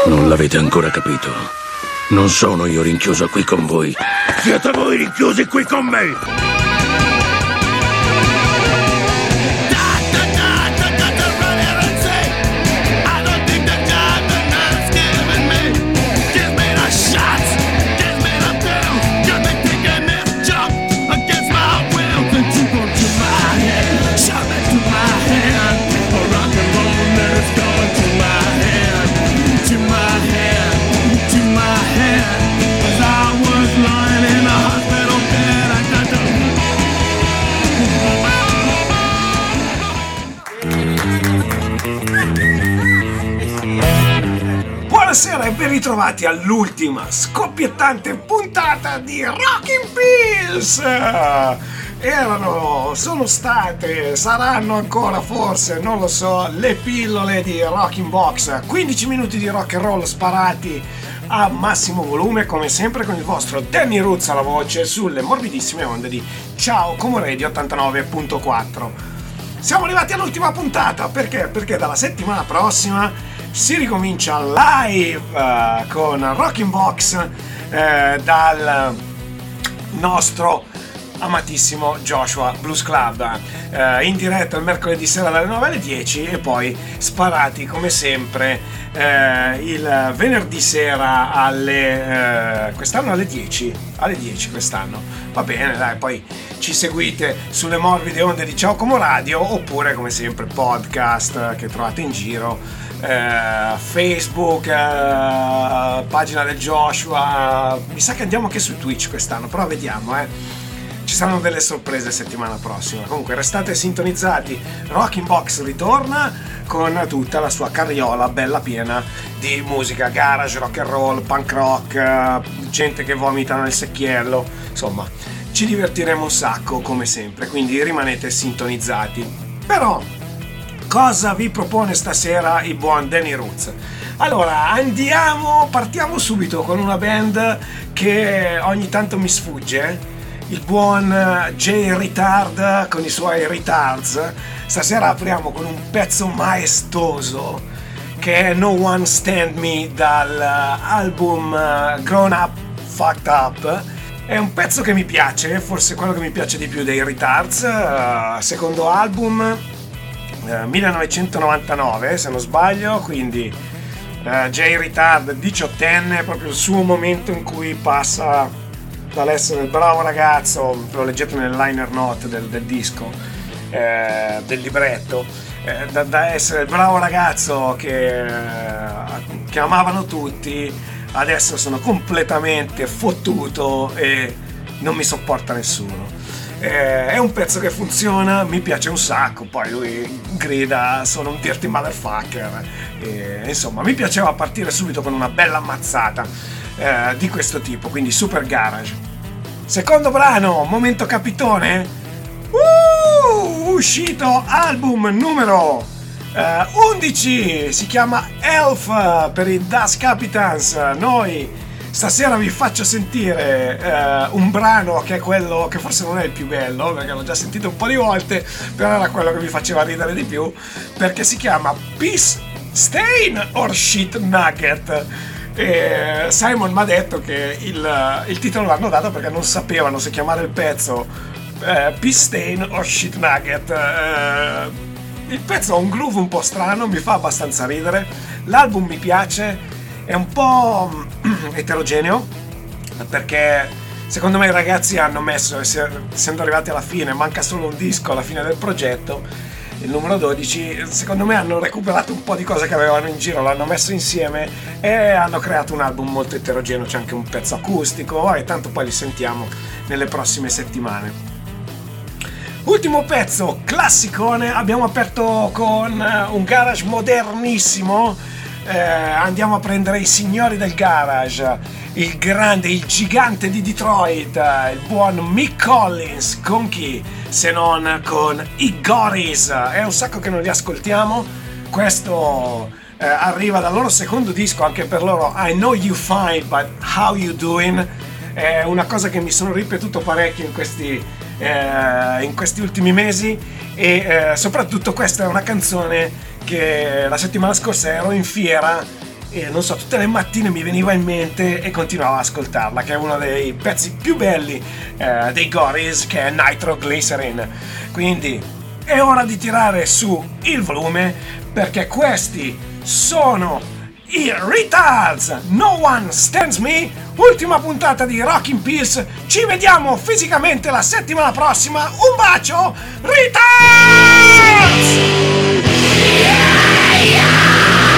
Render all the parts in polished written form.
Non l'avete ancora capito. Non sono io rinchiuso qui con voi. Siete voi rinchiusi qui con me! Buonasera e ben ritrovati all'ultima scoppiettante puntata di Rockin' Pills! Sono state, saranno ancora forse, non lo so, le pillole di Rockin' Box. 15 minuti di rock and roll sparati a massimo volume, come sempre con il vostro Danny Roots alla voce sulle morbidissime onde di Ciao Como Radio 89.4. Siamo arrivati all'ultima puntata, perché? Perché dalla settimana prossima si ricomincia live con Rockin' Box dal nostro amatissimo Joshua Blues Club, in diretta il mercoledì sera dalle 9 alle 10 e poi sparati come sempre il venerdì sera alle quest'anno alle 10 quest'anno, va bene, dai, poi ci seguite sulle morbide onde di Ciao Como Radio, oppure come sempre podcast che trovate in giro, Facebook, pagina del Joshua. Mi sa che andiamo anche su Twitch quest'anno, però vediamo, ci saranno delle sorprese settimana prossima. Comunque restate sintonizzati, Rockin' Box ritorna con tutta la sua carriola bella piena di musica garage, rock and roll, punk rock, gente che vomita nel secchiello, insomma ci divertiremo un sacco come sempre, quindi rimanete sintonizzati. Però cosa vi propone stasera il buon Danny Roots? Allora, partiamo subito con una band che ogni tanto mi sfugge, il buon Jay Retard con i suoi Retards. Stasera apriamo con un pezzo maestoso che è No One Stand Me dall'album Grown Up Fucked Up. È un pezzo che mi piace, forse quello che mi piace di più dei Retards, secondo album 1999 se non sbaglio, quindi Jay Retard 18enne, proprio il suo momento in cui passa dall'essere il bravo ragazzo, lo leggete nel liner note del disco, del libretto, da essere il bravo ragazzo che amavano tutti, adesso sono completamente fottuto e non mi sopporta nessuno. È un pezzo che funziona, mi piace un sacco, poi lui grida sono un dirty motherfucker, insomma mi piaceva partire subito con una bella ammazzata di questo tipo, quindi super garage. Secondo brano, momento capitone, uscito album numero 11, si chiama Elf per i Das Capitans. Noi stasera vi faccio sentire un brano che è quello che forse non è il più bello, perché l'ho già sentito un po' di volte, però era quello che mi faceva ridere di più, perché si chiama Peace Stain or Shit Nugget. E Simon mi ha detto che il titolo l'hanno dato perché non sapevano se chiamare il pezzo Peace Stain or Shit Nugget. Il pezzo ha un groove un po' strano, mi fa abbastanza ridere, l'album mi piace, è un po' eterogeneo, perché secondo me i ragazzi hanno messo, essendo arrivati alla fine, manca solo un disco alla fine del progetto, il numero 12, secondo me hanno recuperato un po' di cose che avevano in giro, l'hanno messo insieme e hanno creato un album molto eterogeneo. C'è anche un pezzo acustico e tanto poi li sentiamo nelle prossime settimane. Ultimo pezzo, classicone, abbiamo aperto con un garage modernissimo, andiamo a prendere i signori del garage, il grande, il gigante di Detroit, il buon Mick Collins, con chi se non con i Gories. È un sacco che non li ascoltiamo, questo arriva dal loro secondo disco, anche per loro I Know You Fine But How You Doing, è una cosa che mi sono ripetuto parecchio in questi ultimi mesi, e soprattutto questa è una canzone che la settimana scorsa ero in fiera e non so, tutte le mattine mi veniva in mente e continuavo ad ascoltarla, che è uno dei pezzi più belli dei Gorillaz, che è Nitroglycerin. Quindi è ora di tirare su il volume, perché questi sono i Retards, No One Stands Me, ultima puntata di Rockin' Pills. Ci vediamo fisicamente la settimana prossima. Un bacio, Retards! Yeah, yeah!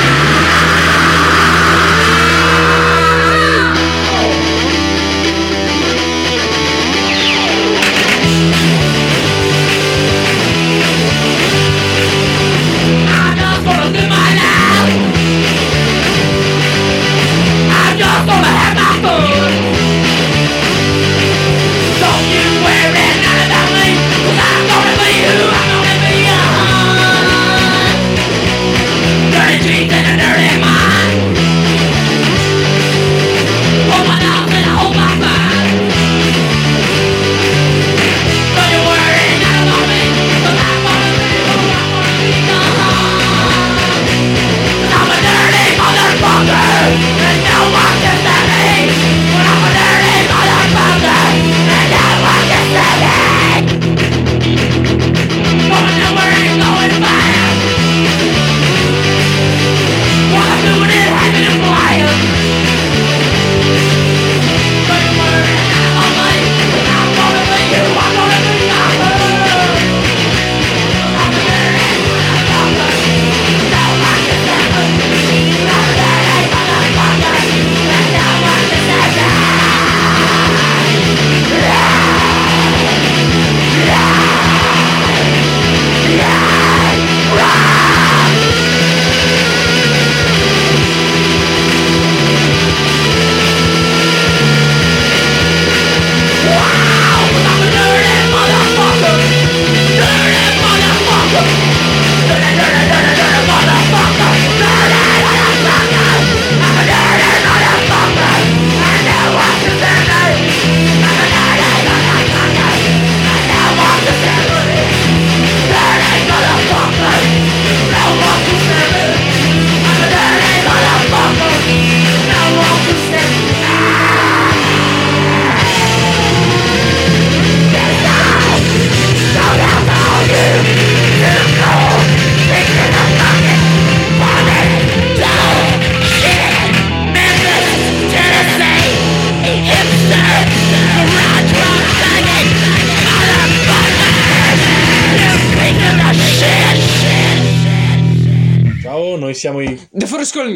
Noi siamo i The Forest Gully.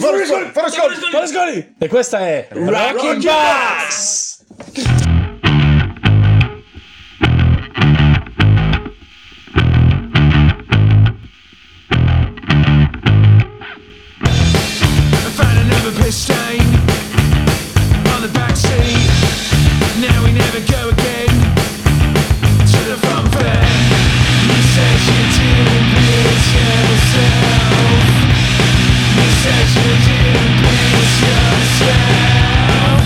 E questa è Rockin' Box. I found another piss stain on the back seat. Now we never go again to the fun fair. You said you didn't piss yourself. You said you didn't piss yourself.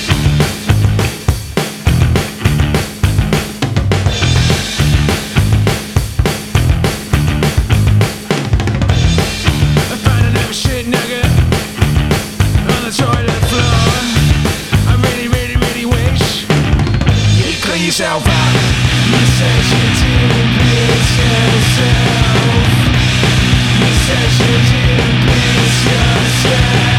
I found another shit nugget on the toilet floor. I really, really, really wish you'd clean yourself up. You said you didn't piss yourself. You said you didn't piss yourself.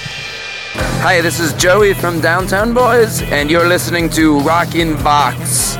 Hi, this is Joey from Downtown Boys, and you're listening to Rockin' Box.